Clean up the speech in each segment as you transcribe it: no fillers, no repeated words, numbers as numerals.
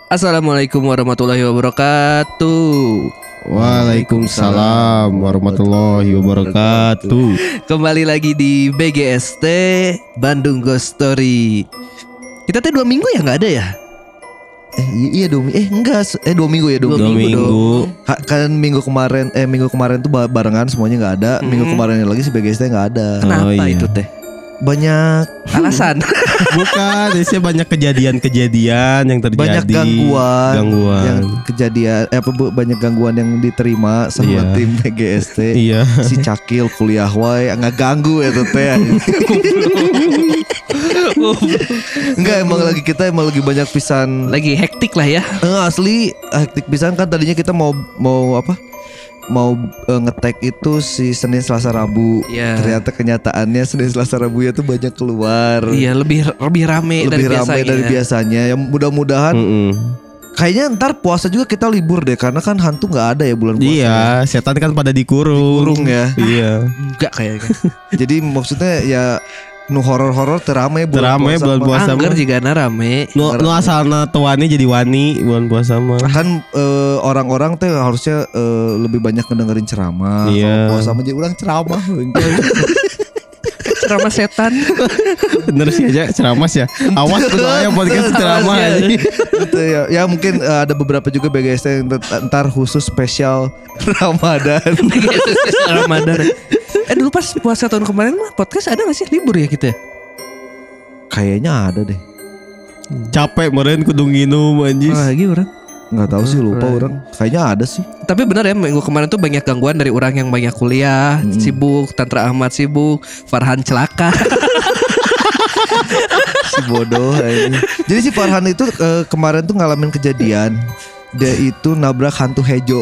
Assalamualaikum warahmatullahi wabarakatuh. Waalaikumsalam warahmatullahi wabarakatuh. Kembali lagi di BGST Bandung Ghost Story. Kita tuh 2 minggu ya nggak ada ya? Iya 2 minggu. Enggak. 2 minggu ya 2 minggu. Kan minggu kemarin tuh barengan semuanya nggak ada. Minggu kemarin lagi si BGST nggak ada. Kenapa iya. itu teh? Banyak Alasan? Bukan, isinya banyak kejadian-kejadian yang terjadi. banyak gangguan. Yang kejadian banyak gangguan yang diterima sama Iya. tim BGST. Iya. Si Cakil kuliah wae nggak ganggu ya tuh teh. Enggak, emang lagi banyak pisan. Lagi hektik lah ya. Asli hektik pisan kan, tadinya kita mau nge-tag itu si Senin Selasa Rabu. Iya. Ternyata kenyataannya Senin Selasa Rabu ya tuh banyak keluar. Iya, lebih rame Lebih ramai dari biasanya. biasanya. Yang mudah-mudahan kayaknya ntar puasa juga kita libur deh, karena kan hantu nggak ada ya bulan puasa. Iya, setan kan pada dikurung. Kurung ya. Iya. Enggak kayaknya. Jadi maksudnya ya nu horor-horor terame Terame bulan puasa. Angger mah. juga rame. Nu asalna teu wani jadi wani bulan puasa mah. Kan orang-orang tuh harusnya lebih banyak ngedengerin ceramah. Iya. Kalau puasa mah jadi orang ceramah. Ceramah setan. Bener sih aja ceramah ya. Awas tuh saya podcast ceramah Awas ya. aja. Gitu ya. Ya mungkin ada beberapa juga BGST yang ntar khusus spesial Ramadan. Ramadan. Dulu pas puasa tahun kemarin mah podcast ada gak sih libur ya kita? Kayaknya ada deh. Capek meren kudu nginum anjis. Lagi orang. Nggak tahu sih, lupa orang. Kayaknya ada sih. Tapi benar ya, minggu kemarin tuh banyak gangguan dari orang yang banyak kuliah, sibuk, Tantra Ahmad sibuk, Farhan celaka. Si bodoh ini. Jadi si Farhan itu kemarin tuh ngalamin kejadian. Dia itu nabrak hantu hejo.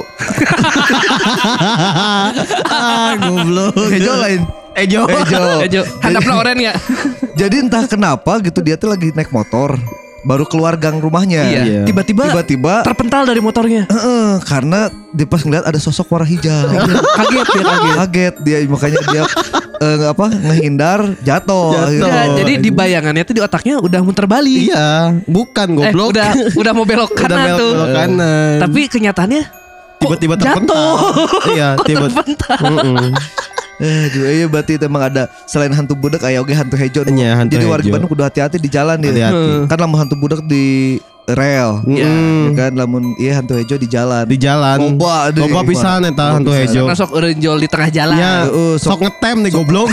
Goblok. Hejo lain. Ejo. Ejo, handapna oren ya. Jadi entah kenapa gitu dia tuh lagi naik motor, baru keluar gang rumahnya. Iya. Tiba-tiba Terpental dari motornya. karena dia pas ngeliat ada sosok warna hijau. Kaget dia makanya dia ngehindar jatuh. Ya, jadi di bayangannya tuh di otaknya udah muter balik. Iya, bukan goblok. Udah mau belok kanan belok tuh. kanan. Tapi kenyataannya tiba-tiba kok jatuh. Iya, Terpental. Iya berarti itu emang ada selain hantu budak aya oge hantu hejo. Iya, hantu Jadi warga hejo. Bandung kudu hati-hati di jalan ya. Hati-hati. Kan lamun hantu budak di rel. Ya kan lamun hantu hejo di jalan. Di jalan. Loba pisan eta hantu hejo. Masuk eureunjol di tengah jalan. Ya, sok ngetem nih goblok.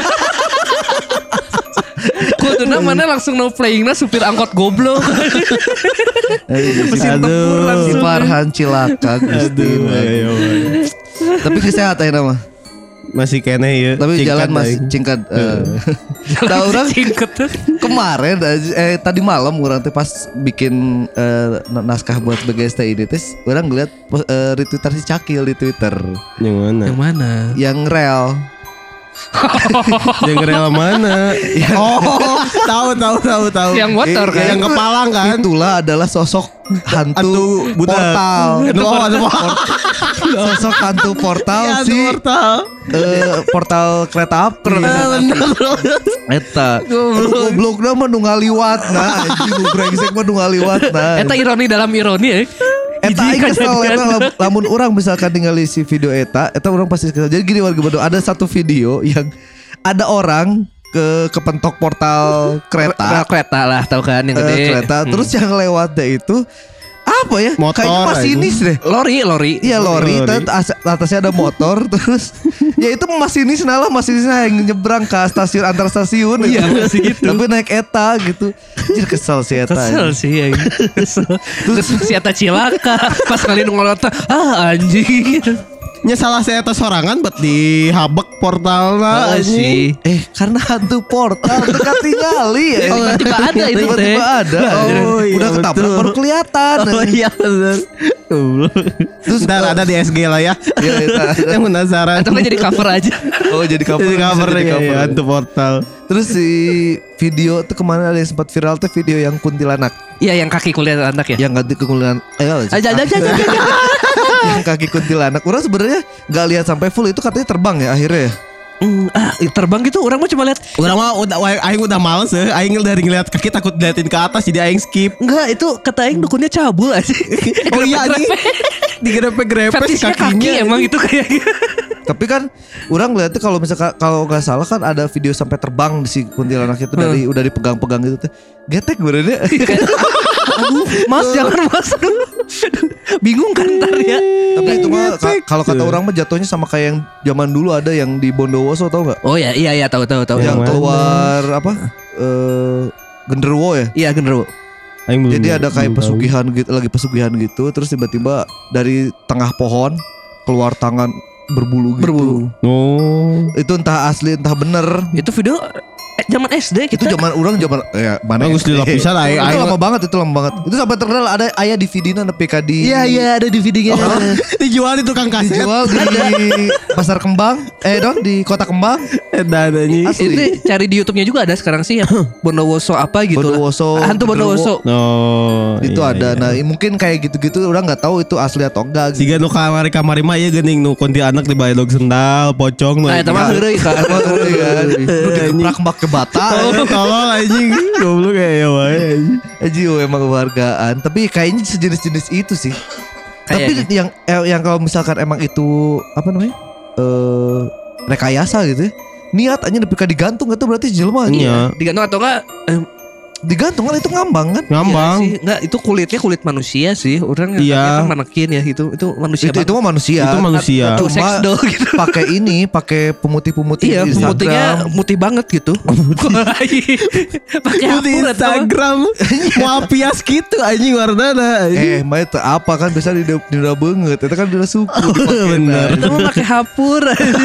Kuduna mana langsung no playing supir angkot goblok. Mesin tempur Si langsung. Farhan cilaka Gusti. Tapi kesehatan nama. Masih kene ya. Tapi jalan masih cingkat. Nah orang kemarin tadi malam orang teh pas bikin naskah buat BGST ini teh orang ngeliat retweetan si Cakil di Twitter. Yang mana? Yang mana? Yang rel. Yang rela mana? Oh, tahu. Yang motor kan? Yang kepalang kan? Itulah adalah sosok hantu budak. portal. Sosok hantu portal si portal kereta api. Eta goblok mah nu ngaliwatna anjing brengsek mah nu ngaliwatna. Eta ironi dalam ironi ya. Eta aing kesel eta lamun orang misalkan ningali si video eta orang pasti kesel. Jadi gini warga Bandung, ada satu video yang ada orang kepentok portal Kereta lah, tahu kan yang gede. kereta terus yang lewatnya itu apa ya? Motor Kayaknya masinis deh. Lori. Iya lori. Atasnya ada motor terus ya itu masinisnya yang nyebrang ke stasiun antar stasiun. Iya, masih gitu. Tapi naik eta gitu. Jadi kesel si eta. Kesel sih ya. Terus si Eta cilaka pas kali ngolota anjing. Nya salah saya eta sorangan bet di habek portalna sih. Karena hantu portal dekat tinggali ya. Tiba-tiba ada itu teh. Tiba-tiba ada. Oh, iya, Udah ketabrak betul. baru kelihatan. Oh iya benar. Terus ntar ada di SG lah ya. Iya, eta. Yang penasaran. Atau jadi cover aja. Oh jadi cover. Jadi cover Jadi ya, hantu portal. Terus si video tuh kemana ada yang sempat viral tuh video yang kuntilanak. Iya, yang kaki kuliah anak ya. Yang ganti kekuntilanak. Aja. Yang kaki kuntilanak. Orang sebenarnya nggak lihat sampai full, itu katanya terbang ya akhirnya ya. terbang gitu orang mah cuma lihat. Orang mah aing udah males aing dari ngeliat kaki takut liatin ke atas jadi aing skip. Enggak, itu kata aing dukunnya cabul aja. Oh iya anjing. Digerepe-gerepe si Fetisnya kaki kakinya. emang itu kayaknya. Tapi kan orang ngeliatnya kalau misalkan kalau nggak salah kan ada video sampai terbang di si kuntilanak itu dari udah dipegang-pegang gitu tuh. Getek benernya. Aduh, Mas jangan Mas. Bingung kan ntar ya. Tapi itu mah kalau kata orang mah jatuhnya sama kayak yang zaman dulu ada yang di Bondowoso tau nggak? Oh ya, iya tahu. Yang mana? keluar apa? Genderuwo ya. Iya genderuwo. Aing belum- Jadi ada kayak belum tahu. pesugihan gitu, lagi pesugihan gitu, terus tiba-tiba dari tengah pohon keluar tangan berbulu gitu. Berbulu. Oh. Itu entah asli entah bener. Itu video zaman SD Itu kita. zaman orang zaman ya mana Bagus SD. dilapisan, Itu aing- lama banget, itu lama banget. Itu sampai terkenal ada ayah DVD-na nepi ka di Iya ada DVD-nya. Dijual di tukang kaset. dijual di Pasar Kembang, di Kota Kembang. Dan anjing. Asli. Itu cari di YouTube-nya juga ada sekarang sih ya. Bondowoso apa gitu lah. Bondowoso, Hantu Bondowoso. Oh. Itu iya, ada. iya. Nah, mungkin kayak gitu-gitu orang nggak tahu itu asli atau enggak gitu. Siga nu kamari mah ieu geuning nu kuntilanak di balog sendal, pocong nu. Ah, eta mah heureuy kan. Nu dikeprak mak ke bata. Tolol anjing. Goblok ya wae. Ajiu emang keluargaan. Tapi kayaknya sejenis-jenis itu sih. Tapi yang kalau misalkan emang itu apa namanya? Rekayasa gitu ya. Niat aja nepi ka digantung itu berarti jelema. Iya. Digantung atau enggak? Digantung kan itu ngambang kan? Ngambang. Iya sih. Enggak, itu kulitnya kulit manusia sih. Orang Iya. kan manekin ya itu manusia. Itu mah manusia. Itu manusia. Atau seks Cuma doll gitu. pakai pemutih-pemutih Iya, di Instagram. putihnya mutih banget gitu. Pakai Di apa? Instagram mau pias gitu anjing warnana. Mah itu apa kan bisa dina banget. Itu kan dina suku. Bener. Kita mau pakai hapur.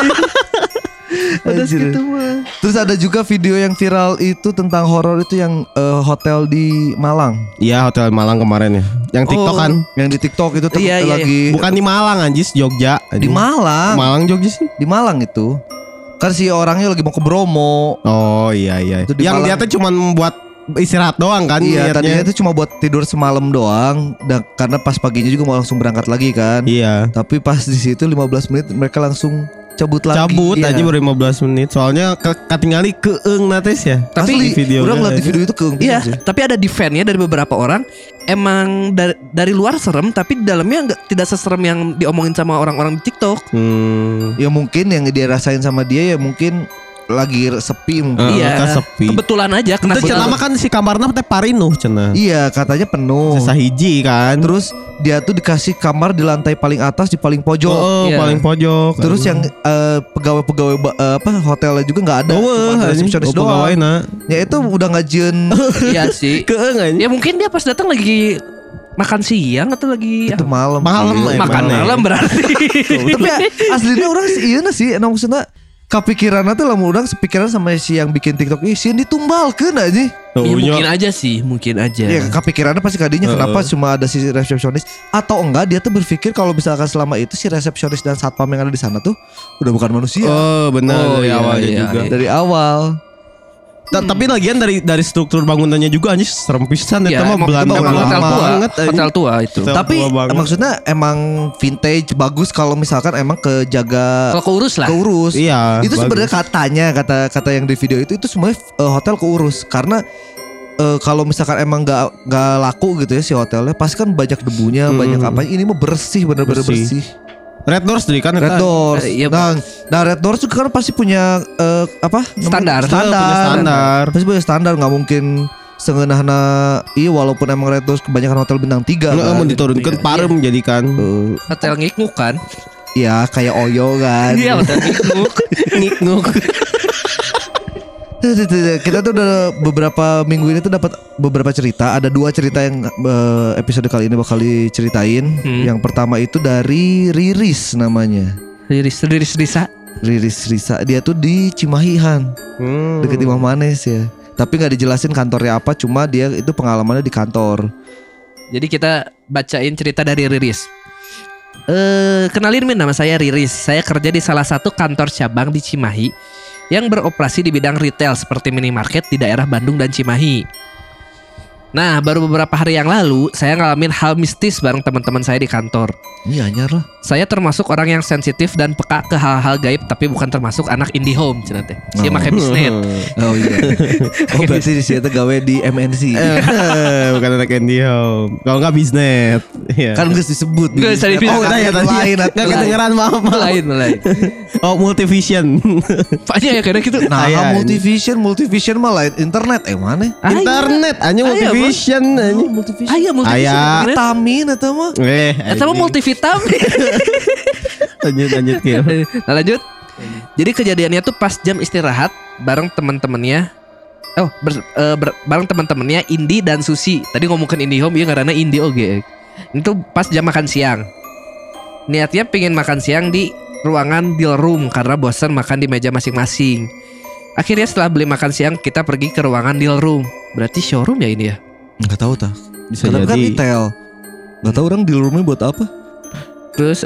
Ada Anjir. gitu mah. Terus ada juga video yang viral itu tentang horor itu yang hotel di Malang. Iya hotel Malang kemarin ya. Yang TikTok kan. Yang di TikTok itu Iya, iya, lagi Bukan di Malang anjis Jogja. di Malang. Malang Jogja sih. Di Malang itu. Kan si orangnya lagi mau ke Bromo. Oh iya. Itu di Yang Malang. dia tuh cuma buat istirahat doang kan. Iya, niatnya. tadinya itu cuma buat tidur semalam doang. Dan karena pas paginya juga mau langsung berangkat lagi kan. Iya. Tapi pas di situ 15 menit mereka langsung cabut lagi. Cabut Iya. aja baru 15 menit. Soalnya katingali keeng nates ya. Tapi Asli, video orang ngeliat di video itu keungkit Iya, aja. tapi ada defense-nya dari beberapa orang. Emang dari luar serem, tapi di dalamnya tidak seserem yang diomongin sama orang-orang di TikTok. Ya mungkin yang dia rasain sama dia ya mungkin lagi sepi mungkin. Iya, kan sepi. kebetulan aja. Itu cenah mah kan si kamarna teh parinuh cenah. Iya, katanya penuh. Sisa hiji kan. Terus dia tuh dikasih kamar di lantai paling atas di paling pojok. Oh, Iya. paling pojok. Terus yang pegawai-pegawai hotelnya juga nggak ada. Cuma resepsionis doang. pegawainya. Ya itu udah ngajian. Iya sih. Keeng aja. Ya mungkin dia pas datang lagi makan siang atau lagi itu malam. Malam sih. lah ya. makan Mana? malam berarti. Tapi aslinya orang sih iya sih. Nah, maksudnya kepikiran tuh lah orang sepikiran sama si yang bikin TikTok ini sih ditumbalkeun aja. Tuh, Ya, nya. mungkin aja sih, mungkin aja. Ya kepikirannya pasti kadinya kenapa cuma ada si resepsionis atau enggak dia tuh berpikir kalau misalkan selama itu si resepsionis dan satpam yang ada di sana tuh udah bukan manusia Oh benar Oh, dari iya, awalnya iya, juga. iya. dari awal. Tapi lagian dari struktur bangunannya juga anjir serem pisan Iya, eta mah emang- Belanda emang hotel lama tua, banget anjing. hotel tua itu. Hotel Tapi tua banget. maksudnya emang vintage bagus kalau misalkan emang kejaga Kalau keurus lah. keurus. Iya, Itu bagus. sebenarnya katanya kata yang di video itu semuanya hotel keurus karena kalau misalkan emang nggak laku gitu ya si hotelnya pasti kan banyak debunya banyak apa ini mah bersih bener-bener Bersih. bersih. Red Doors tadi kan Red eta. Doors. Iya, Nah Red Doors juga kan pasti punya apa? Standar. Standar. Punya standar. Pasti punya standar nggak mungkin sengenahna iya walaupun emang Red Doors kebanyakan hotel bintang 3 Nggak kan. mau diturunkan parem jadi kan. Hotel ngikuk kan? Ya kayak Oyo kan. Iya, hotel ngikuk. Ngiknuk. Kita tuh udah beberapa minggu ini tuh dapat beberapa cerita. Ada 2 cerita yang episode kali ini bakal diceritain. Yang pertama itu dari Riris namanya. Riris Risa. Riris Risa. Dia tuh di Cimahihan, deket Imah Manes ya. Tapi nggak dijelasin kantornya apa. Cuma dia itu pengalamannya di kantor. Jadi kita bacain cerita dari Riris. Kenalin nama saya Riris. Saya kerja di salah satu kantor cabang di Cimahi yang beroperasi di bidang retail seperti minimarket di daerah Bandung dan Cimahi. Nah, baru beberapa hari yang lalu saya ngalamin hal mistis bareng teman-teman saya di kantor. Iya anyar lah. Saya termasuk orang yang sensitif dan peka ke hal-hal gaib, tapi bukan termasuk anak indie home cenah teh. Sia make bisnet. Oh iya. Oh berarti di situ gawe di MNC. Bukan anak Indihome. Kalau enggak bisnet. Iya. Kan geus disebut. Geus tadi Oh udah ya tadi. Lain Enggak kedengeran maaf. Lain. Oh Multivision. Paknya ya kayak gitu. Nah, Aya, multivision mah lain internet mana? Internet hanya Multivision anjing. Multivision. Ayo multivitamin. Aya. Vitamin atau mah? Eta mah multivitamin. Lanjut Kil. Nah, lanjut. Jadi kejadiannya tuh pas jam istirahat bareng teman-temannya. Bareng teman-temannya Indi dan Susi. Tadi ngomongin IndiHome ya karena Indi oge. Itu pas jam makan siang. Niatnya pengen makan siang di ruangan deal room karena bosan makan di meja masing-masing. Akhirnya setelah beli makan siang kita pergi ke ruangan deal room. Berarti showroom ya ini ya? Enggak tahu tah. Bisa Karena kan jadi. retail. Enggak tahu orang di roomnya buat apa. Terus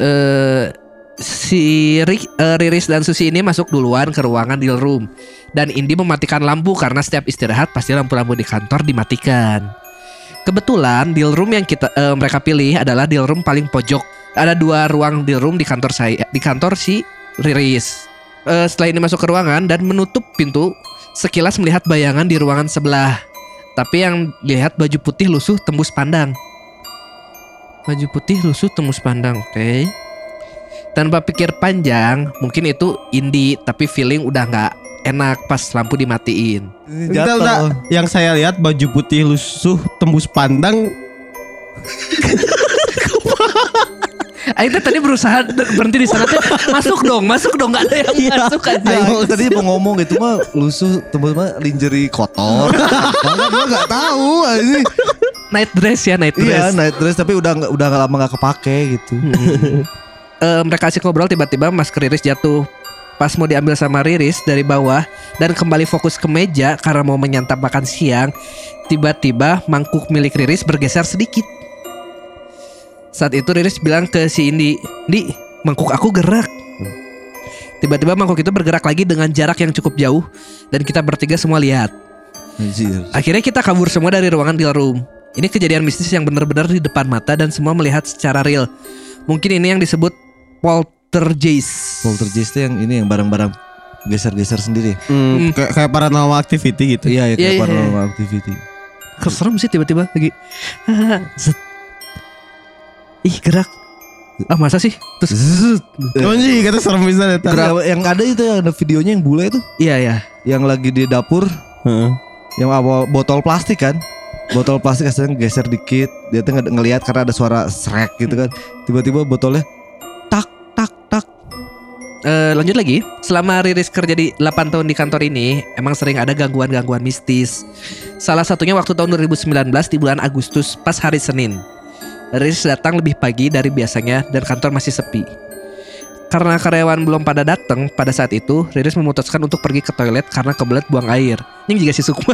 Riris dan Susi ini masuk duluan ke ruangan deal room. Dan Indi mematikan lampu karena setiap istirahat pasti lampu-lampu di kantor dimatikan. Kebetulan deal room yang mereka pilih adalah deal room paling pojok. Ada 2 ruang deal room di kantor di kantor si Riris. Setelah ini masuk ke ruangan dan menutup pintu, sekilas melihat bayangan di ruangan sebelah. Tapi yang dilihat baju putih lusuh tembus pandang. Baju putih lusuh tembus pandang, oke. Tanpa pikir panjang, mungkin itu Indi, tapi feeling udah nggak enak pas lampu dimatiin. Enggak. Yang saya lihat baju putih lusuh tembus pandang. Aing tadi berusaha berhenti di sana teh. Masuk dong, nggak ada yang masuk aja. Ayo, tadi mau ngomong gitu mah lusuh tembus mah lingerie kotor. Karena gua enggak tahu ini. Night dress ya, night dress. Iya, night dress tapi udah lama enggak kepake gitu. Mereka asik ngobrol, tiba-tiba masker Riris jatuh. Pas mau diambil sama Riris dari bawah dan kembali fokus ke meja karena mau menyantap makan siang, tiba-tiba mangkuk milik Riris bergeser sedikit. Saat itu Riris bilang ke si Indi, "Di, mangkuk aku gerak." Tiba-tiba mangkuk itu bergerak lagi dengan jarak yang cukup jauh dan kita bertiga semua lihat. Anjir. Akhirnya kita kabur semua dari ruangan deal room. Ini kejadian mistis yang benar-benar di depan mata dan semua melihat secara real. Mungkin ini yang disebut poltergeist. Poltergeist itu yang ini yang barang-barang geser-geser sendiri. Kayak paranormal activity gitu. Iya, Iya, kayak iya. paranormal activity. Serem sih tiba-tiba lagi. Zet. Ih gerak. Ah masa sih? Terus zet. Anjing kata serem bisa eta. Yang ada itu yang ada videonya yang bule itu, Iya ya. yang lagi di dapur, Heeh. yang awal botol plastik kan. Botol plastik asalnya geser dikit, dia tuh ngelihat karena ada suara srek gitu kan. Tiba-tiba botolnya tak tak tak. Lanjut lagi. Selama Riris kerja di 8 tahun di kantor ini, emang sering ada gangguan-gangguan mistis. Salah satunya waktu tahun 2019 di bulan Agustus pas hari Senin. Riris datang lebih pagi dari biasanya dan kantor masih sepi. Karena karyawan belum pada datang pada saat itu, Riris memutuskan untuk pergi ke toilet karena kebelet buang air. Ini juga si Sukma.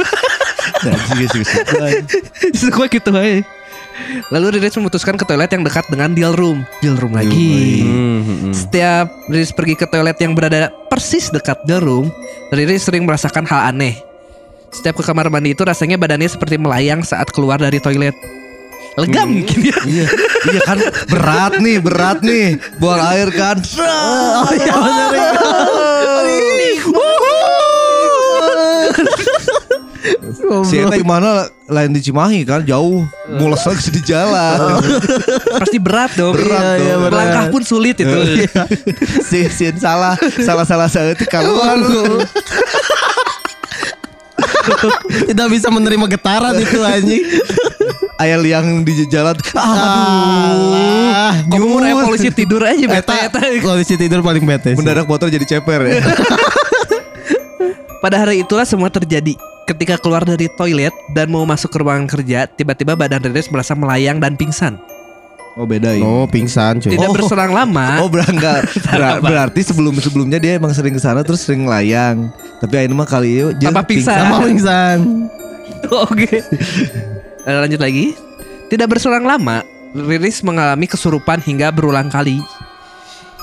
Si Sukma gitu aja. Lalu Riris memutuskan ke toilet yang dekat dengan deal room. Deal room lagi. Setiap Riris pergi ke toilet yang berada persis dekat deal room, Riris sering merasakan hal aneh. Setiap ke kamar mandi itu rasanya badannya seperti melayang saat keluar dari toilet. Lega mungkin ya. Iya kan berat nih buang air kan. Oh iya benar. Si Eta gimana lain di Cimahi kan jauh, mules lagi di jalan. Pasti berat dong. Berat dong. Melangkah pun sulit itu. Si salah itu keluar. Tidak bisa menerima getaran itu anjing. Ayah liang di jalan. Aduh. Kamu polisi tidur aja bete. Polisi tidur paling bete sih. Mendadak motor jadi ceper ya. Pada hari itulah semua terjadi. Ketika keluar dari toilet dan mau masuk ke ruangan kerja, tiba-tiba badan Riris merasa melayang dan pingsan. Oh beda ini. Oh pingsan cuy. Tidak berselang lama. Oh berarti sebelumnya dia emang sering kesana terus sering layang. Tapi akhirnya mah kali itu Tanpa pingsan. Sama pingsan. Oke. Lanjut lagi. Tidak berselang lama, Riris mengalami kesurupan hingga berulang kali.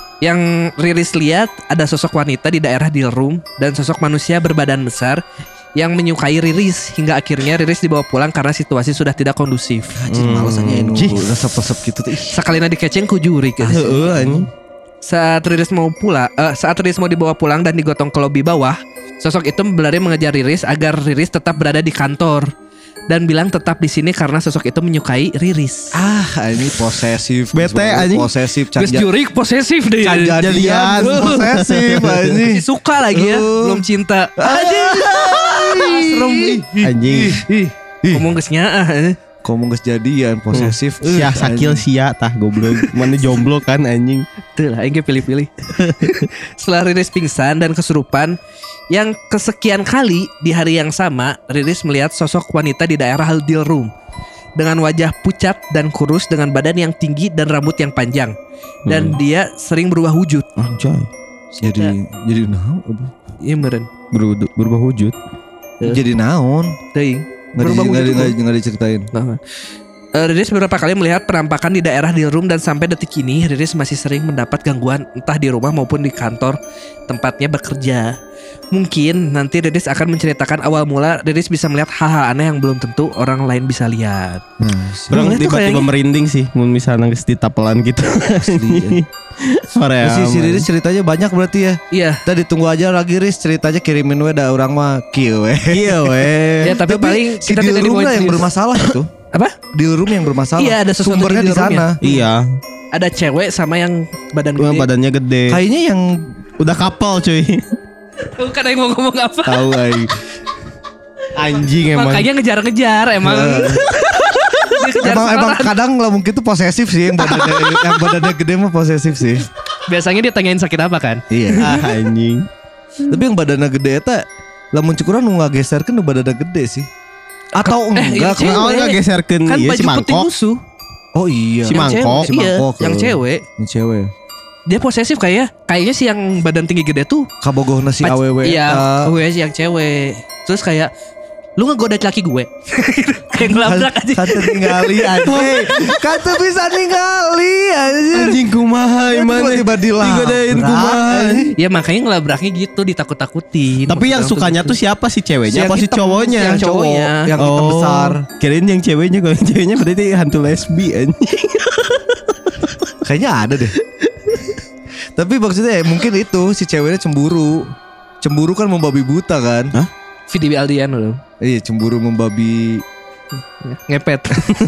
Yang Riris lihat ada sosok wanita di daerah deal room dan sosok manusia berbadan besar yang menyukai Riris hingga akhirnya Riris dibawa pulang karena situasi sudah tidak kondusif. Anjing males aja nunggu resep-resep gitu tuh. Sekalinya dikeceng ku juri guys. Anjing. Saat Riris mau dibawa pulang dan digotong ke lobi bawah, sosok itu berlari mengejar Riris agar Riris tetap berada di kantor dan bilang tetap di sini karena sosok itu menyukai Riris. Ini posesif. Bete anjing. Posesif. Gus Jurik posesif deh. Jadian posesif anjing. Si suka lagi ya, belum cinta. Anjing. Ngomong gesnya Ngomong geus jadian posesif. Sia sakil sia tah goblok. Mana jomblo kan anjing. Tuh lah, aing pilih-pilih. Setelah Riris pingsan dan kesurupan yang kesekian kali di hari yang sama, Riris melihat sosok wanita di daerah deal room dengan wajah pucat dan kurus dengan badan yang tinggi dan rambut yang panjang. Dan dia sering berubah wujud. Anjay. Jadi naon? Iya meren. Berubah wujud. Jadi naon? Teuing. Nggak diceritain. Riris beberapa kali melihat penampakan di daerah deal room dan sampai detik ini Riris masih sering mendapat gangguan entah di rumah maupun di kantor tempatnya bekerja. Mungkin nanti Riris akan menceritakan awal mula Riris bisa melihat hal-hal aneh yang belum tentu orang lain bisa lihat. Orang Itu tiba-tiba kayaknya- merinding sih mun misalnya geus ditapelan gitu. Si Riris ceritanya banyak berarti ya. Iya. Kita ditunggu aja lagi Riris ceritanya kirimin we da orang mah kieu we. Iya weh. Ya tapi paling si kita deal tidak room dibawain lah yang serius. bermasalah itu. Apa? Deal room yang bermasalah. Iya, ada sesuatu sumbernya di di deal room sana. Iya. Ada cewek sama yang badan Yang gede. badannya gede. Kayaknya yang Udah couple cuy. Bukan yang mau ngomong apa? tahu ay. Anjing emang. Makanya ngejar-ngejar emang. Dia kejar Emang seorang. kadang lah mungkin tuh posesif sih yang badannya gede mah posesif sih. Biasanya ditanyain sakit apa kan? Iya. Anjing. Tapi yang badannya gede eta lamun cukuran nu ngageserkeun nu badannya gede sih. Atau enggak ini Oh cewek. enggak geserkeun Kan ieu baju si putih mangkok. musuh. Oh iya. Si Yang mangkok. cewek, iya, mangkok, yang cewek. Yang cewek. Dia posesif kayaknya si yang badan tinggi gede tuh. Kabogohna si awewe Iya, eta. gue si yang cewek. Terus kayak lu ngegoda laki gue. Kayak ngelabrak aja. Kata tinggali anjing. Kata bisa ningali anjing. Anjing kumaha mana Tiba-tiba dilabrak. digodain kumaha. Ya makanya ngelabraknya gitu ditakut-takutin. Tapi yang sukanya tuh siapa sih ceweknya apa si hitam, cowoknya? Yang cowok, Cowoknya. yang hitam besar. Kirain yang ceweknya, kalau yang ceweknya berarti hantu lesbi anjing. Kayaknya ada deh. Tapi maksudnya ya, mungkin itu si ceweknya cemburu. Cemburu kan membabi buta kan? Hah? Vidi Aldian loh. Iya cemburu membabi. Ngepet.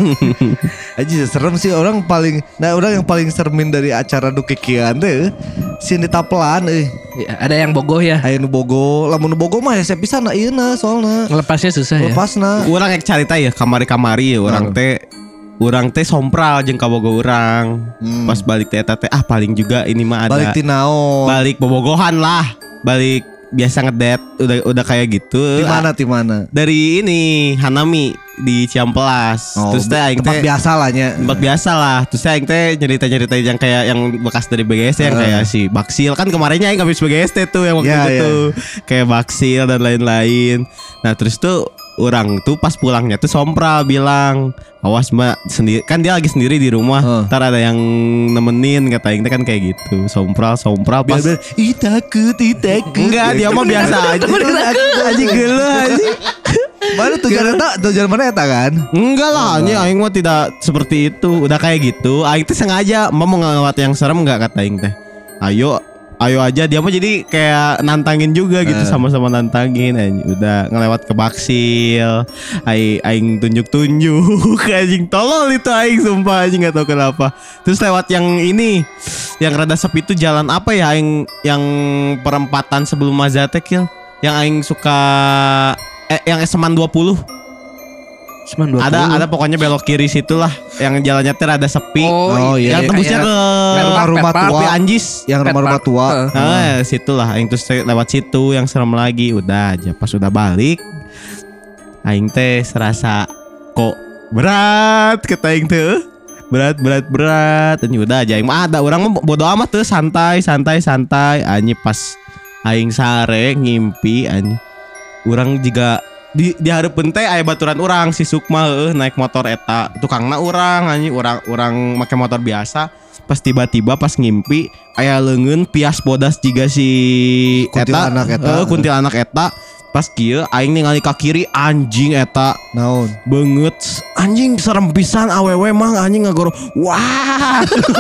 Aja serem sih orang yang paling sermin dari acara dukikian deh. Si ditapelan Ya, ada yang bogoh ya. aya nu bogo, lamun nu bogo mah hese pisan ieuna soalna. Ngelepasnya susah ya. Lepasna. Urang ek carita ya kamari-kamari ya urang teh sompral jeung kabogo urang. Pas balik teh eta teh paling juga ini mah ada. Balik ti naon? Balik bobogohan lah. Balik biasa ngedet udah kayak gitu. Ti mana? Dari ini Hanami di Ciamplas. Terus teh aing tempat teh biasa lah nya. tempat biasa lah. Terus aing teh cerita-cerita yang kayak yang bekas dari BGS yang kayak si Baksil kan kemarinnya aing habis BGS tuh yang waktu Ya, itu tuh kayak Baksil dan lain-lain. Nah, terus tuh orang tuh pas pulangnya tuh sompral bilang awas mbak sendiri kan dia lagi sendiri di rumah ntar ada yang nemenin kata aing teh kan kayak gitu sompral pas Biar ih takut. enggak dia mah biasa aja anjing geuleuh anjing. Mana tujuan mana eta kan? Enggak lah, aing mah tidak seperti itu. Udah kayak gitu, aing teh sengaja mau ngelewat yang serem enggak kata aing teh. Ayo aja dia mah jadi kayak nantangin juga gitu sama-sama nantangin anjing. Udah ngelewat ke Baksil. Aing tunjuk-tunjuk anjing tolol itu aing sumpah anjing enggak tahu kenapa. Terus lewat yang ini yang rada sepi itu jalan apa ya aing yang perempatan sebelum Mazatek yang aing suka yang Seman 20. Seman 20. Ada pokoknya belok kiri situ lah yang jalannya teh rada sepi. Oh, iya. Yang tembusnya ke rumah tua. Tapi Anjis. Yang rumah-rumah tua. Nah, situ lah aing terus lewat situ yang serem lagi. Udah aja pas udah balik aing teh serasa kok berat kata aing teh. Berat. Anjing udah aja aing mah ada orang mah bodo amat tuh santai anjing pas aing sare ngimpi anjing. Urang juga di hareupeun teh aya baturan urang si Sukma naik motor eta tukangna urang anjing urang make motor biasa pas tiba-tiba pas ngimpi aya leungeun pias bodas jiga si kuntilanak eta kuntilanak eta pas kieu aing ningali ka kiri anjing eta Naon? banget anjing serem pisan awewe mah anjing ngagoro wah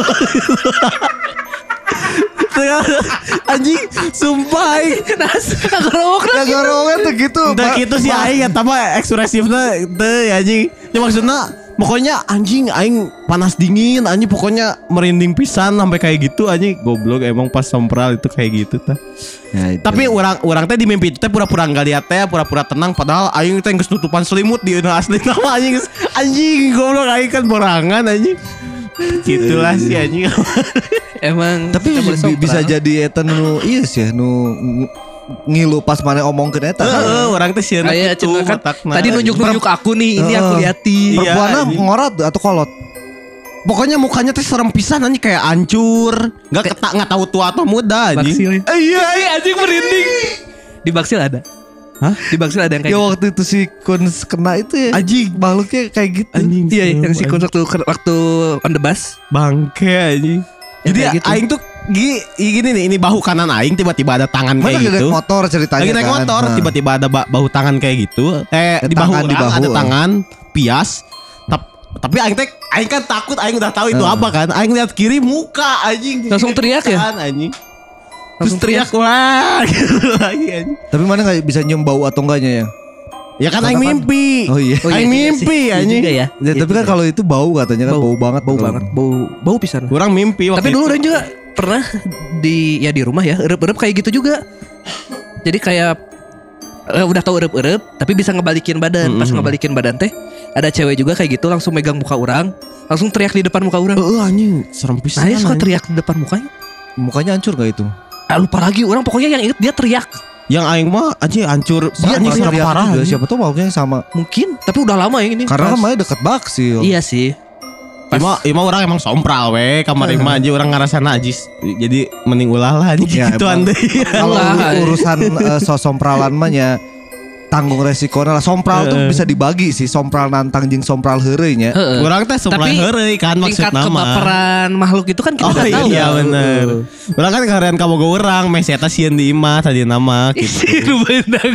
anjing sumpah Ngagorongnya tuh gitu. entah gitu sih aing eta mah ekspresifna teu anjing ya maksudna pokoknya anjing aing panas dingin anjing pokoknya merinding pisan sampai kayak gitu anjing goblok emang pas sompral itu kayak gitu tah. Ya, itu. Tapi orang teh di mimpi teh pura-pura enggak lihat teh pura-pura tenang padahal aing teh geus nutupan selimut di asli nama anjing anjing goblok aing kan borangan anjing. Gitulah sih anjing. Emang Tapi bisa jadi eta nu iya sih nu ngilu pas mana omongkeun eta. Heeh, orang teh sieuna Kayak kitu kan, matakna. tadi nunjuk-nunjuk aku nih, ini aku liatin. Iya, Perempuannya anjing. ngorot atau kolot? Pokoknya mukanya teh serem pisan anjing kayak hancur. Enggak tahu tua atau muda anjing. Baksil. Iya, anjing merinding. Di Baksil ada. Hah? Di Baksil ada yang kayak Ya gitu. waktu itu si Kuns kena itu ya. Anjing. Makhluknya kayak gitu. Anjing. Iya, yang si serem, Kun waktu on the bus. bangke anjing. Ya, Jadi kayak gitu. aing tuh gini nih, ini bahu kanan aing tiba-tiba ada tangan Mana kayak lagi naik gitu. motor ceritanya Lagi naik kan. motor Nah. tiba-tiba ada bahu tangan kayak gitu. Di bahu tangan di orang bahu, ada tangan pias. Tapi aing kan takut, aing udah tahu itu apa kan. Aing lihat kiri muka anjing. Langsung teriak ya? Kan, anjing. Terus Langsung teriak wah gitu lagi anjing. Tapi mana nggak bisa nyium bau atau enggaknya ya? Ya kan aing mimpi. Oh iya. Aing mimpi anjing. ya. Ya, tapi kan kalau itu bau katanya kan bau banget. bau banget, bau pisan. Kurang mimpi waktu Tapi dulu itu. orang juga pernah di rumah ya, erep-erep kayak gitu juga. Jadi kayak udah tahu erep-erep tapi bisa ngebalikin badan. Pas ngebalikin badan teh ada cewek juga kayak gitu langsung megang muka orang, langsung teriak di depan muka orang. Anjing serem pisan. Saya suka anjing. teriak di depan mukanya. Mukanya hancur gak itu? Lupa lagi orang pokoknya yang inget dia teriak. Yang aing mah anjing hancur. Iya, Anjing serem teriak parah. juga. anjing. Siapa tahu makhluknya yang sama. Mungkin, tapi udah lama yang ini. Karena kan Pas- makanya deket Baksil. Iya sih. Ima orang emang sompral we kamar imah aja orang ngerasa najis. Jadi mending ulah lah anjing Ya, gitu emang. ande. Kalau Ulah. urusan sompralan mah ya tanggung resikonya lah. Sompral tuh bisa dibagi sih. Sompral nantang jeung sompral heureuy nya. Heeh. Urang teh sompral Tapi heureuy kan tingkat maksudna mah. kebaperan makhluk itu kan kita Oh nggak tahu. iya bener. Urang kan karen kaboga urang mes eta sieun di imah tadi nama gitu. Lu benar.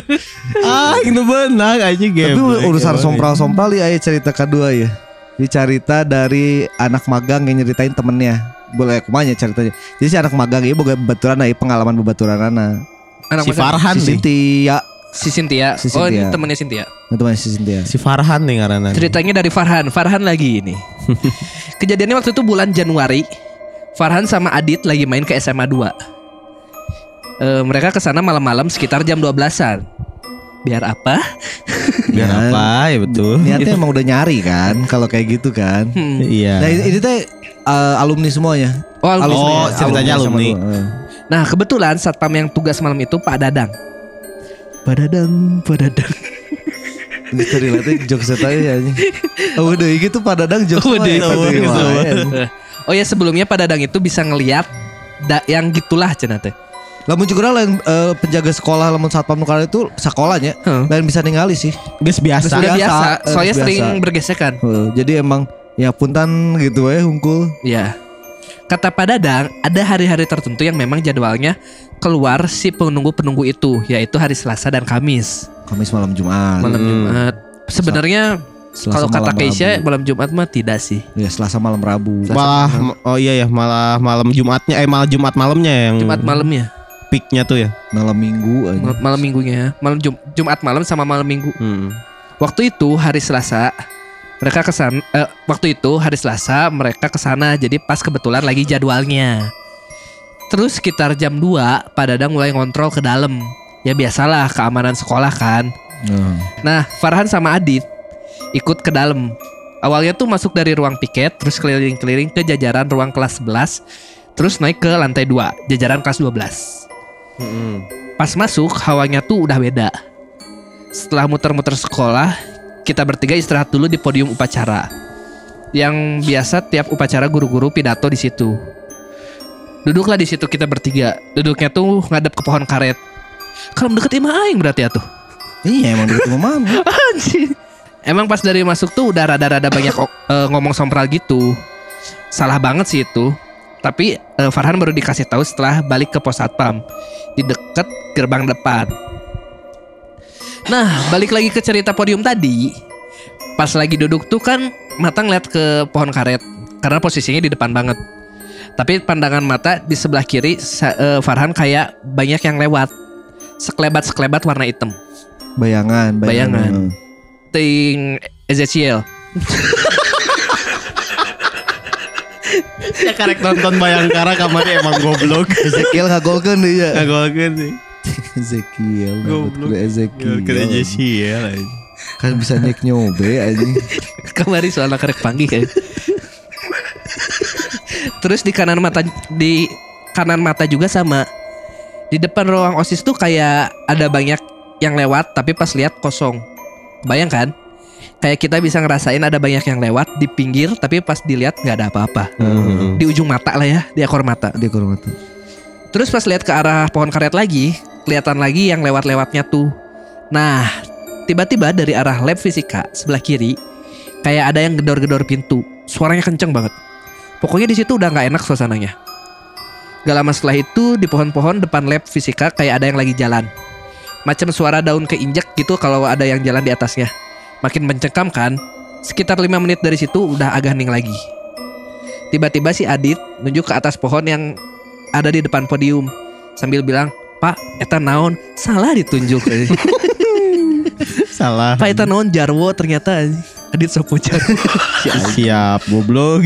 Itu benar aja game. Tapi urusan sompral-sompral ya cerita kedua ya. Ini cerita dari anak magang yang nyeritain temennya. Boleh kumanya ceritanya. Jadi si anak magang ini boga bebaturan pengalaman bebaturanana. Anak Si magang. Farhan Si nih. Cynthia. Si Cynthia. Si Oh ini Cynthia. temennya Cynthia. Teman si Cynthia. Si Farhan nih ngaranna. Ceritanya dari Farhan. Farhan lagi ini. Kejadiannya waktu itu bulan Januari. Farhan sama Adit lagi main ke SMA 2. Mereka kesana malam-malam sekitar jam 12-an. Biar apa? Biar apa ya betul. Niatnya emang udah nyari kan kalau kayak gitu kan. Iya. Nah ini teh alumni semuanya. Oh, alumni. Oh, ceritanya sama alumni. gua. Nah kebetulan satpam yang tugas malam itu Pak Dadang. Pak Dadang. Ini terlihatnya jokes saya ya anjing. Oh udah gitu Pak Dadang jokes Oh, mah deh. ya, tadi Oh, mah, ya. Oh ya sebelumnya Pak Dadang itu bisa ngelihat yang gitulah cenah teh. Lamun juga lain penjaga sekolah lamun satpam nu kana itu sekolahnya lain bisa ningali sih. Geus biasa. Sudah biasa, biasa, soalnya biasa. sering bergesekan. Jadi emang ya punten gitu ya hungkul. Ya. Kata Pak Dadang, ada hari-hari tertentu yang memang jadwalnya keluar si penunggu-penunggu itu, yaitu hari Selasa dan Kamis. Kamis malam Jumat. Malam Jumat. Sebenarnya Selasa kalau kata malam Keisha Rabu. malam Jumat mah tidak sih. Ya Selasa malam Rabu. Malah oh iya ya malah malam Jumatnya malah Jumat malamnya yang Jumat malamnya, peaknya tuh ya. Malam Minggu aja. malam minggunya, malam Jumat malam sama malam Minggu. Waktu itu hari Selasa mereka kesana. Waktu itu hari Selasa mereka kesana. Jadi pas kebetulan lagi jadwalnya. Terus sekitar jam 2 Pak Dadang mulai ngontrol ke dalam. Ya biasalah keamanan sekolah kan. Nah Farhan sama Adit ikut ke dalam. Awalnya tuh masuk dari ruang piket, terus keliling-keliling ke jajaran ruang kelas 11, terus naik ke lantai 2, jajaran kelas 12. Pas masuk hawanya tuh udah beda. Setelah muter-muter sekolah, kita bertiga istirahat dulu di podium upacara. Yang biasa tiap upacara guru-guru pidato di situ. Duduklah di situ kita bertiga. Duduknya tuh ngadep ke pohon karet. Kalau deket imah aing berarti atuh. Iya emang deket rumah mama. Anjir. Emang pas dari masuk tuh udah rada-rada banyak ngomong sompral gitu. Salah banget sih itu. Tapi Farhan baru dikasih tahu setelah balik ke pos satpam di deket gerbang depan. Nah, balik lagi ke cerita podium tadi. Pas lagi duduk tuh kan mata ngeliat ke pohon karet karena posisinya di depan banget. Tapi pandangan mata di sebelah kiri Farhan kayak banyak yang lewat. Sekelebat warna hitam. Bayangan. Ting Ezekiel. Ya karek nonton Bayangkara kamarnya emang goblok. Ezekiel ngagolkeun deui ya. Ngagolkeun sih. Ezekiel. Goblok. Ezekiel. Kena Ezekiel. Kan bisa nyek nyobe anjing. Kamari soalnya karek panggih ya. Terus di kanan mata juga sama. Di depan ruang OSIS tuh kayak ada banyak yang lewat tapi pas lihat kosong. Bayangkan? Kayak kita bisa ngerasain ada banyak yang lewat di pinggir tapi pas dilihat nggak ada apa-apa. Di ujung mata lah ya, di ekor mata. Terus pas lihat ke arah pohon karet lagi, kelihatan lagi yang lewat-lewatnya tuh. Nah, tiba-tiba dari arah lab fisika sebelah kiri kayak ada yang gedor-gedor pintu. Suaranya kenceng banget. Pokoknya di situ udah nggak enak suasananya. Gak lama setelah itu di pohon-pohon depan lab fisika kayak ada yang lagi jalan. Macam suara daun keinjak gitu kalau ada yang jalan di atasnya. Makin mencekam kan. Sekitar 5 menit dari situ udah agak hening lagi. Tiba-tiba si Adit nunjuk ke atas pohon yang ada di depan podium sambil bilang, "Pak, eta naon?" Salah ditunjuk. Salah. Pak, eta naon jarwo ternyata. Adit sopo jarwo. Siap goblok.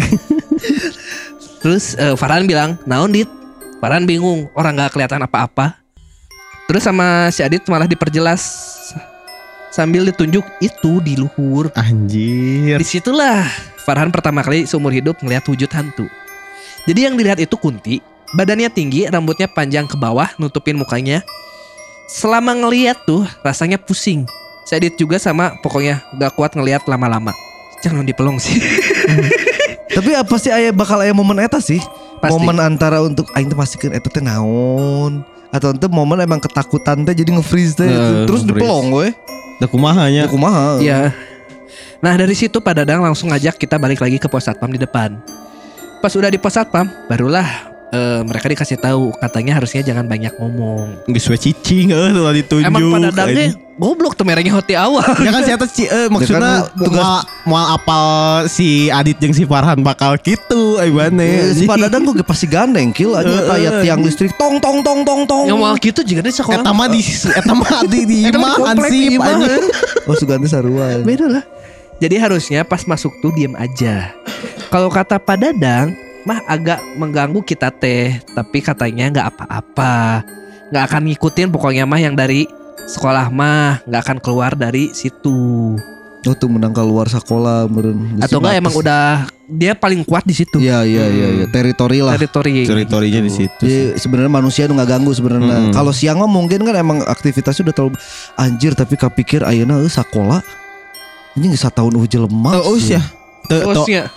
Terus Farhan bilang, "Naon Dit?" Farhan bingung, orang gak kelihatan apa-apa. Terus sama si Adit malah diperjelas sambil ditunjuk itu di luhur. Anjir. Disitulah Farhan pertama kali seumur hidup ngeliat wujud hantu. Jadi yang dilihat itu Kunti, badannya tinggi, rambutnya panjang ke bawah, nutupin mukanya. Selama ngeliat tuh rasanya pusing. Si Adit juga sama, pokoknya gak kuat ngeliat lama-lama. Jangan dipelong sih. Tapi apa sih bakal aya momen eta sih? Pasti. Momen antara untuk aing teh pastikeun eta teh naon atau ente momen emang ketakutan teh jadi nge-freeze teh terus nge-freeze. dipelong we. Da kumahanya. Kumaha? Iya. Nah dari situ Pak Dadang langsung ngajak kita balik lagi ke pos satpam di depan. Pas udah di pos satpam, barulah mereka dikasih tahu katanya harusnya jangan banyak ngomong. Geus we cicing tuh ditunjuk. Emang Pak Dadangnya goblok tuh merenya hoti awal. Ya kan si eta maksudnya tugas- moal apal si Adit jeung si Farhan bakal gitu Si Pak Dadang kok pasti gandeng kill aja aya tiang listrik tong tong tong tong tong. Yang mau gitu juga di sekolah. Eta mah di Eta mah imah komplek ansip di imah. anjing. Oh Sugandi sarua. Beda lah. Jadi harusnya pas masuk tuh diem aja. Kalau kata Pak Dadang mah agak mengganggu kita teh, tapi katanya nggak apa-apa, nggak akan ngikutin pokoknya mah yang dari sekolah mah nggak akan keluar dari situ. Oh tuh menang keluar sekolah meureun. Atau enggak emang udah dia paling kuat di situ. Iya teritori lah. Teritorinya di situ. Jadi sebenarnya manusia nu nggak ganggu sebenarnya. Kalau siang mah mungkin kan emang aktivitasnya udah terlalu anjir tapi kapikir ayeuna sekolah ini geus satahun jelema. Oh sia. Josnya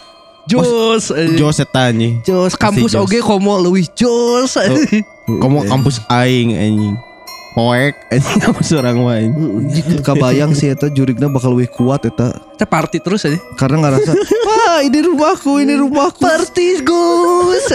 Jos eta anjing. Jos kampus Jos. oge komo leuwih jos. Komo kampus aing anjing. Poek anjing kampus urang mah anjing. Jika kabayang sih eta jurigna bakal lebih kuat eta Kita party terus aja. karena ngerasa wah ini rumahku Party Gus.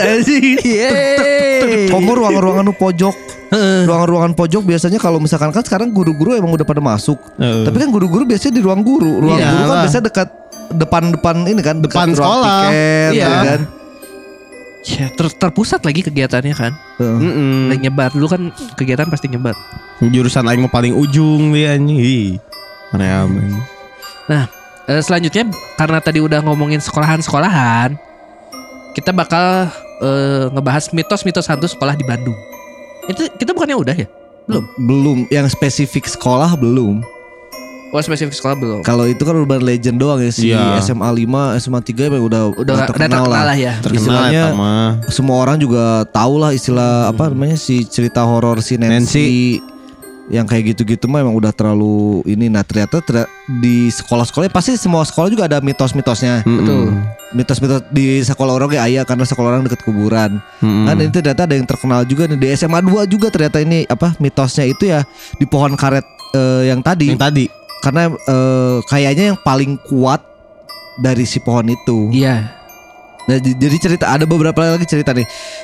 komo ruangan-ruangan nu pojok ruangan-ruangan pojok biasanya kalau misalkan kan sekarang guru-guru emang udah pada masuk tapi kan guru-guru biasanya di ruang guru guru kan Iyalah. biasanya dekat depan ini kan Depan dekat ruang sekolah. tiket, Iya. ya kan Ya, terpusat lagi kegiatannya kan. Lagi nyebar dulu kan kegiatan pasti nyebar. Jurusan aing mah paling ujung dia anjing. Ih. Aman. Selanjutnya karena tadi udah ngomongin sekolahan-sekolahan, kita bakal ngebahas mitos-mitos hantu sekolah di Bandung. Itu kita bukannya udah ya? belum yang spesifik sekolah belum. Oh spesifik sekolah belum. Kalau itu kan urban legend doang ya si Iya. SMA 5, SMA 3 emang Udah terkenal lah ya. Terkenal Istilahnya eta mah. semua orang juga tahu lah istilah apa namanya si cerita horor si Nancy. Yang kayak gitu-gitu mah emang udah terlalu ini. Nah ternyata di sekolah-sekolah pasti semua sekolah juga ada mitos-mitosnya. Betul. Mitos-mitos di sekolah orang kayak ayah karena sekolah orang dekat kuburan. Kan ini ternyata ada yang terkenal juga nih di SMA 2 juga ternyata ini apa mitosnya itu ya di pohon karet yang tadi. Yang tadi. Karena kayaknya yang paling kuat dari si pohon itu. Iya. Nah, jadi cerita ada beberapa lagi cerita nih.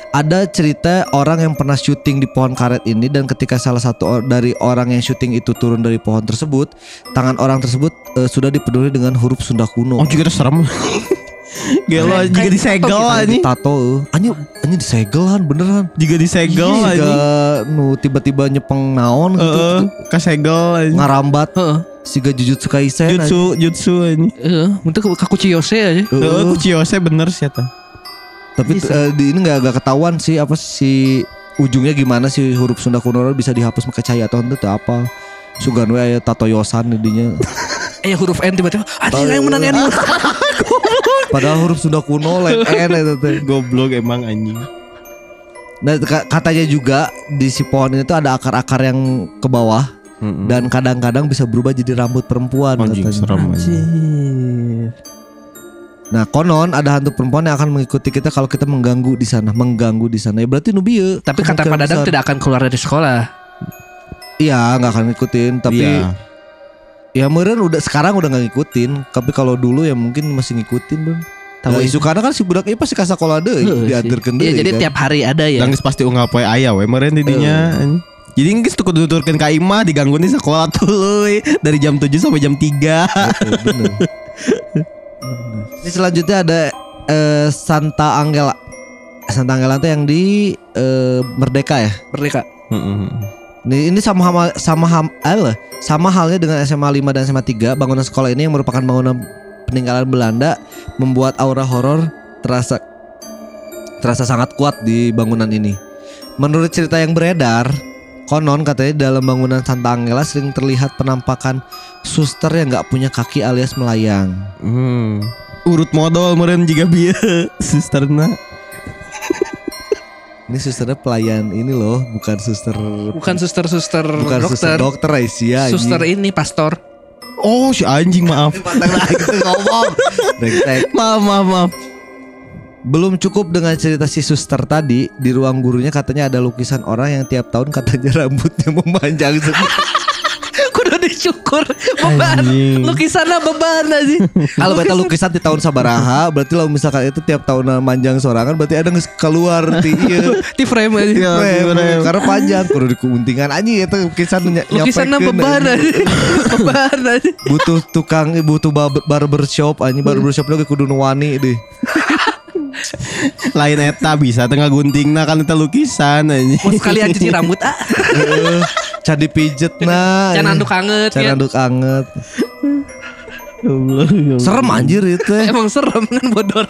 ada cerita orang yang pernah syuting di pohon karet ini, dan ketika salah satu dari orang yang syuting itu turun dari pohon tersebut, tangan orang tersebut sudah dipenuhi dengan huruf Sunda kuno. Oh juga serem. Gelo juga disegel anjing. Tato anjing disegelan beneran. Juga disegel anjing. Siga nu tiba-tiba nyepeng naon gitu. Kasegel anjing. Ngarambat. Siga Jujutsu Kaisen. Jutsu anjing. Untuk Kuchiyose aja. Kuchiyose bener sih eta. Tapi di ini enggak ketahuan sih apa sih ujungnya gimana sih huruf Sunda kuno bisa dihapus pakai cahaya atau itu apa. Sugan we aya tato yosan dinya. Huruf N tiba-tiba anjing yang menang N. Padahal huruf Sunda kuno lain N itu teh. Goblok emang anjing. Nah katanya juga di si pohon ini tuh ada akar-akar yang ke bawah dan kadang-kadang bisa berubah jadi rambut perempuan. Anjing serem anjing. Nah konon ada hantu perempuan yang akan mengikuti kita kalau kita mengganggu di sana. Ya berarti nubieu. Tapi kata Pak Dadang tidak akan keluar dari sekolah. Iya nggak akan ngikutin. Tapi ya meureun sekarang udah nggak ngikutin. Tapi kalau dulu ya mungkin masih ngikutin bang. Tahu isu karena kan si budak ieu pasti ka sakola deui diantarkeun deui. Iya jadi tiap hari ada ya. Dan geus pasti unggal poe aya we meureun di dinya. Jadi geus teu kudu nuturkeun ka imah diganggu di sekolah tuluy dari jam 7 sampai jam 3. Bener. Ini selanjutnya ada Santa Angela. Santa Angela itu yang di Merdeka ya. Merdeka. Ini sama halnya dengan SMA 5 dan SMA 3. Bangunan sekolah ini yang merupakan bangunan peninggalan Belanda membuat aura horor terasa sangat kuat di bangunan ini. Menurut cerita yang beredar, konon katanya dalam bangunan Santa Angela sering terlihat penampakan suster yang nggak punya kaki alias melayang. Urut modal meureun jiga bieu susterna. Ini susternya pelayan ini loh, bukan suster dokter Aisyah. Suster ini pastor. Oh si anjing maaf. Maaf. Belum cukup dengan cerita si suster tadi, di ruang gurunya katanya ada lukisan orang yang tiap tahun katanya rambutnya memanjang. Kudu disyukur beban. Lukisannya beban aja. Kalau beta lukisan di tahun sabaraha, berarti kalau misalkan itu tiap tahun manjang sorangan berarti ada geus keluar ti frame aja. Frame. Karena panjang kudu dikuntingan anjing eta lukisannya beban aja. Beban aja. Butuh barbershop anjing, barbershopnya kudu nu wani deh. Lain eta bisa tengah guntingna kan eta lukisan anjing. Mau sekalian cuci rambut Can dipijetna. Can anduk anget. Serem anjir itu. Emang serem kan bodor.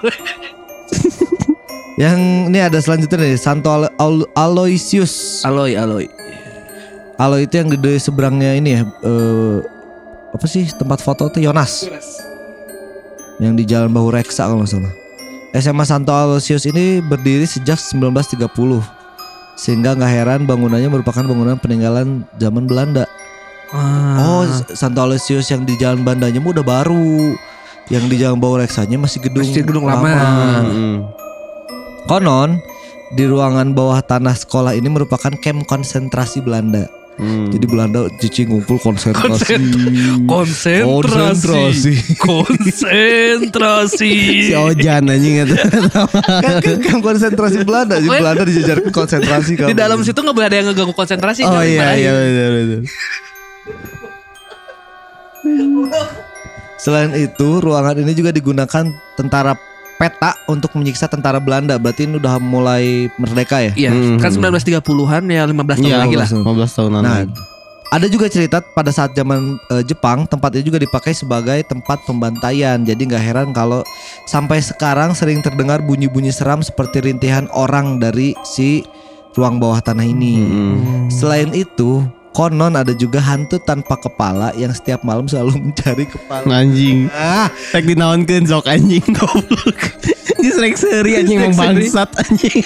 Yang ini ada selanjutnya nih Santo Aloysius. Aloy itu yang di seberangnya ini ya. Apa sih tempat foto tuh Yonas. Yang di Jalan Bahu Reksa kalau nggak salah. SMA Santo Aloysius ini berdiri sejak 1930. Sehingga gak heran bangunannya merupakan bangunan peninggalan zaman Belanda. Oh Santo Aloysius yang di Jalan Bandanya udah baru. Yang di Jalan Bahu Reksanya masih gedung lama. Konon di ruangan bawah tanah sekolah ini merupakan kamp konsentrasi Belanda. Jadi Belanda cici ngumpul konsentrasi. Si Ojan anjing eta. Kan konsentrasi Belanda. Jadi Belanda dijajarkan konsentrasi. Di dalam situ nggak boleh ada yang ngeganggu konsentrasi. Oh iya benar. Selain itu ruangan ini juga digunakan tentara peta untuk menyiksa tentara Belanda. Berarti ini udah mulai merdeka ya? Iya, kan 1930-an ya 15 tahun lagi lah. 15 tahunan lagi. Nah, ada juga cerita pada saat zaman Jepang tempat ini juga dipakai sebagai tempat pembantaian. Jadi gak heran kalau sampai sekarang sering terdengar bunyi-bunyi seram seperti rintihan orang dari si ruang bawah tanah ini. Selain itu konon ada juga hantu tanpa kepala yang setiap malam selalu mencari kepala. Anjing. Tek dinaonkeun sok anjing goblok. Di srek seuri anjing membangsat anjing.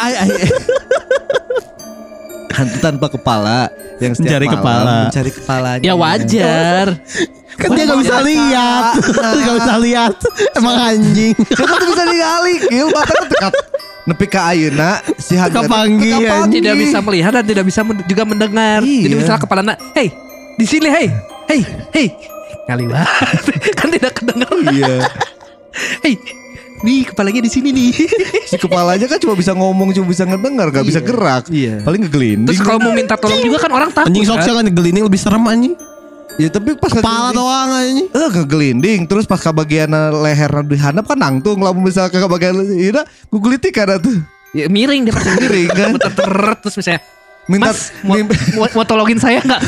Hantu tanpa kepala yang setiap malam mencari kepalanya. Ya wajar. Kan dia gak bisa lihat. Gak bisa lihat. Emang anjing. Siapa tuh bisa digali kieu mata tekat nepi ka ayeuna si hantu tidak bisa melihat dan tidak bisa juga mendengar. Iya. Jadi misalnya kepalanya, "Hey, di sini, hey. Kali banget. Kan tidak kedengar. Iya. Hey, Nih kepalanya di sini nih. Si kepalanya kan cuma bisa ngomong, cuma bisa ngedengar, gak bisa gerak. Iya. Paling ngegelinding. Terus kalau mau minta tolong juga kan orang takut. Anjing soknya kan gelinding lebih serem anjing. Ya tapi pas Kepala doang anjing. ngegelinding. Terus pas ke bagian leher dihanap kan nangtung. Lalu misalnya ke bagian ina gugulitik kan tuh. Ya, miring dia pasti Miring kan. Terus misalnya Minta Mas mau tolongin saya nggak?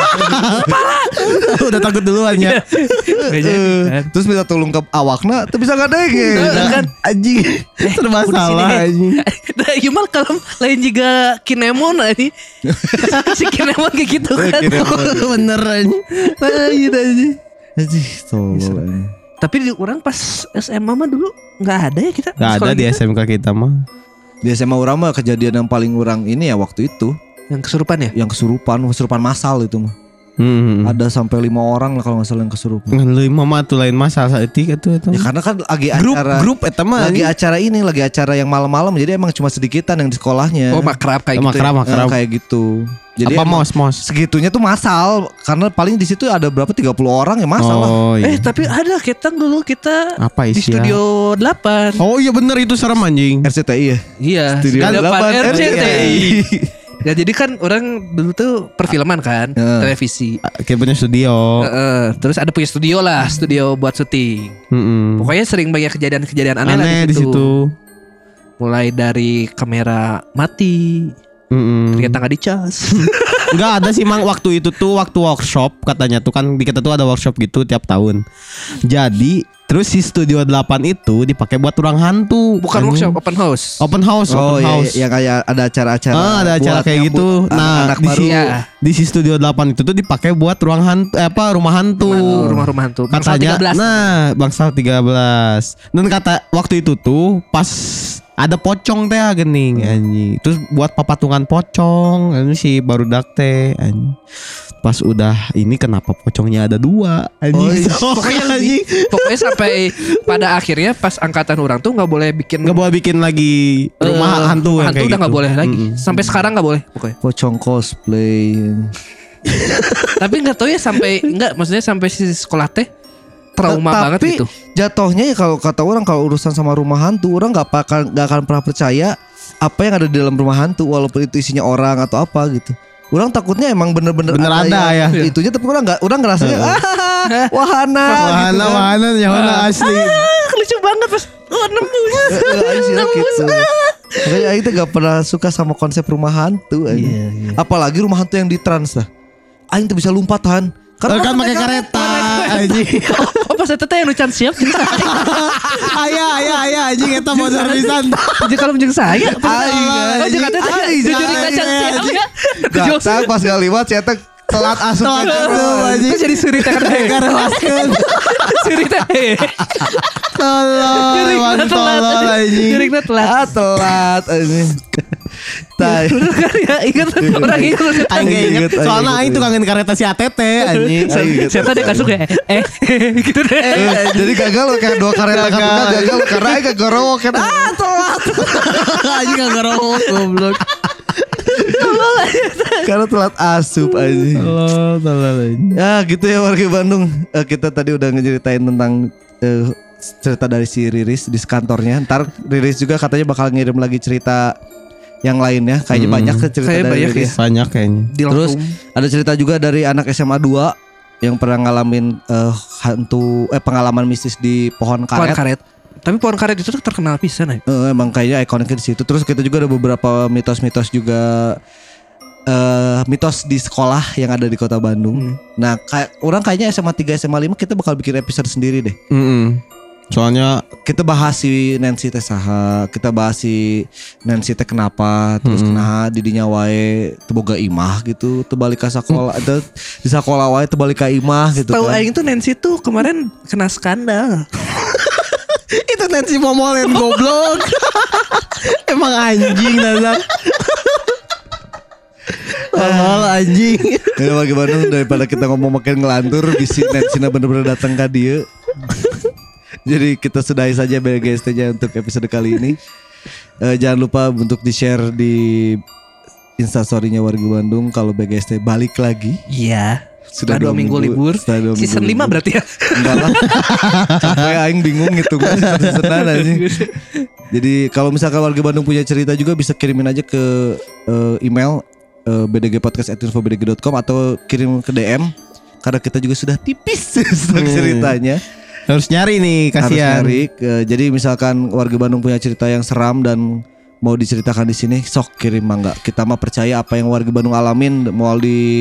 Udah takut duluan ya. terus minta tolong ke awakna, tapi bisa ngadengin. Kan Anjing. Serba salah anjing. Gimana kalau lain juga Kinemon ini? Si Kinemon kayak gitu kan. Bener anjing. Gitu aja. Anjing, tolong. Tapi di orang pas SMA mah dulu nggak ada ya kita. Gak ada sekolah di kita. SMK kita mah. Di SMA orang mah kejadian yang paling orang ini ya waktu itu, Yang kesurupan ya? yang kesurupan massal itu mah. Ada sampai 5 orang lah kalau nggak salah yang kesurupan. Dengan 5 mah tuh lain masalah saat itu. Ya karena kan lagi Grup acara eta mah lagi anjing. acara yang malam-malam, jadi emang cuma sedikitan yang di sekolahnya. Oh makrab kayak gitu. Makrab, Ya? makrab. Kayak gitu. Jadi Apa emang mos? segitunya tuh massal karena paling di situ ada berapa 30 orang ya massal lah. Oh iya. Tapi ada kita dulu kita Apa di isi studio 8. Oh iya bener itu serem anjing. RCTI ya. Iya, Studio studio 8 8 RCTI. Ya jadi kan orang dulu tuh perfilman kan, televisi. Kayak punya studio. Terus ada punya studio lah, studio buat syuting. Pokoknya sering banyak kejadian-kejadian aneh, lah Aneh di situ. Mulai dari kamera mati, ternyata nggak dicas. Enggak ada sih mang waktu itu tuh waktu workshop katanya tuh kan di kita tuh ada workshop gitu tiap tahun. Jadi terus si studio 8 itu dipakai buat ruang hantu. Bukan workshop, open house. Open house, Oh open iya, house. yang kayak ada acara-acara. Ada acara buat kayak nyambut gitu. Nah, anak di baru. si, Iya. di si studio 8 itu tuh dipakai buat ruang hantu rumah hantu. Rumah-rumah hantu. Bangsal Katanya 13. nah, Bangsal 13. Dan kata waktu itu tuh pas ada pocong teh gening anjing. Terus buat papatungan pocong ini si barudak teh anjing. Pas udah ini kenapa pocongnya ada 2 anjing. Pokoknya sampai pada akhirnya pas angkatan orang tuh nggak boleh bikin Nggak boleh bikin lagi rumah hantu yang hantu kayak udah nggak gitu. boleh lagi. Sampai sekarang nggak boleh pokoknya. Pocong cosplay. Tapi nggak tahu ya sampai nggak maksudnya sampai si sekolah teh trauma banget Tapi gitu. jatuhnya ya kalau kata orang kalau urusan sama rumah hantu, orang nggak akan pernah percaya apa yang ada di dalam rumah hantu walaupun itu isinya orang atau apa gitu. Orang takutnya emang bener-bener ada ya. Itunya, tapi orang ngerasanya wahana gitu kan. Wahana nyawana asli. Lucu banget pas nembus. Gitu. Makanya Aing tuh gak pernah suka sama konsep rumah hantu. Apalagi rumah hantu yang di trans lah. Aing tuh bisa lompatan. Kan pakai kereta anjing. Oh pas itu teh yang lucan siap. Aya anjing eta modal pisan. Jadi kalau menjeng saya. Aing Jangan teh jadi lucan siap ya. datang pas ngaliwat saya teh telat asup Terus jadi suri teh kan. Garwaskeun. Suri teh. Tolol, emang tolol anjing. Jurikna telat. telat anjing. Tai. Ya ingat orang ingat. Aing inget. Soalnya aing tuh kangen kereta si ATT anjing. Saya tadi kasuk ya. Gitu deh. Jadi gagal loh kayak 2 kereta gagal loh, karena Aing gak rowok kan. Telat. Anjing gak ngerokok goblok. Karena telat asup anjing. Tolol anjing. Ya gitu ya warga Bandung. Kita tadi udah ngeceritain tentang cerita dari si Riris di kantornya. Ntar Riris juga katanya bakal ngirim lagi cerita yang lainnya. Kayaknya banyak cerita Kayaknya dari banyak Riris. Banyak kayaknya. Terus ada cerita juga dari anak SMA 2 yang pernah ngalamin pengalaman mistis di pohon pohon karet. karet. Tapi pohon karet itu tuh terkenal pisan ya. Emang kayaknya ikoniknya di situ. Terus kita juga ada beberapa mitos-mitos juga, mitos di sekolah yang ada di kota Bandung. Nah, kayaknya SMA 3 SMA 5 kita bakal bikin episode sendiri deh. Soalnya Kita bahas si Nancy teh saha, kita bahas si Nancy teh kenapa, terus kenapa didinya wae teu boga imah gitu, teu balik ka sakola, di sakola wae teu balik ka imah gitu Tahu kan. aing tuh Nancy tuh kemarin kena skandal. itu Nancy Momolen goblok. Emang anjing dasar. Tolol anjing. Ya bagi Bandung daripada kita ngomong makin ngelantur, bisi Nancy bener-bener datang ka dieu. Jadi kita sudahi saja BGST-nya untuk episode kali ini. Jangan lupa untuk di-share di Instastory-nya Warga Bandung kalau BGST balik lagi. Iya. Setelah 2 minggu libur. Season 5 berarti ya. Enggak lah. Sampai aing bingung gitu kan season-seasonan anjing. Jadi kalau misalkan warga Bandung punya cerita juga bisa kirimin aja ke email bdgpodcast@infobdg.com atau kirim ke DM karena kita juga sudah tipis stok ceritanya. Harus nyari nih, Harus kasihan. nyari. Jadi misalkan warga Bandung punya cerita yang seram dan mau diceritakan di sini, sok kirim mangga. Kita mah percaya apa yang warga Bandung alamin, mau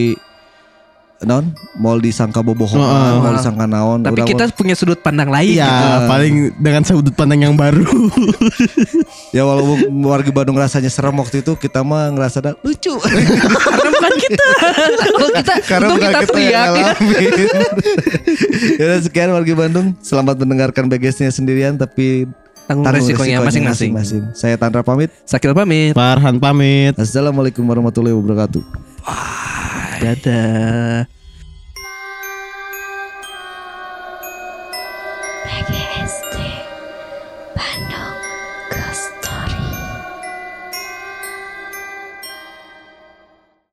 disangka bobohohan, mau disangka naon. Tapi kita punya sudut pandang lain Iya, gitu. paling dengan sudut pandang yang baru. Ya walaupun warga Bandung rasanya serem waktu itu, kita mah ngerasa lucu. Karena bukan kita. Kalau kita Karena itu bukan kita kita yang teriak. ngalamin. Ya sekian warga Bandung, selamat mendengarkan bagasnya sendirian tapi Tanggung resikonya masing-masing. Saya Tanra pamit. Sakil pamit. Farhan pamit. Assalamualaikum warahmatullahi wabarakatuh. Dadah.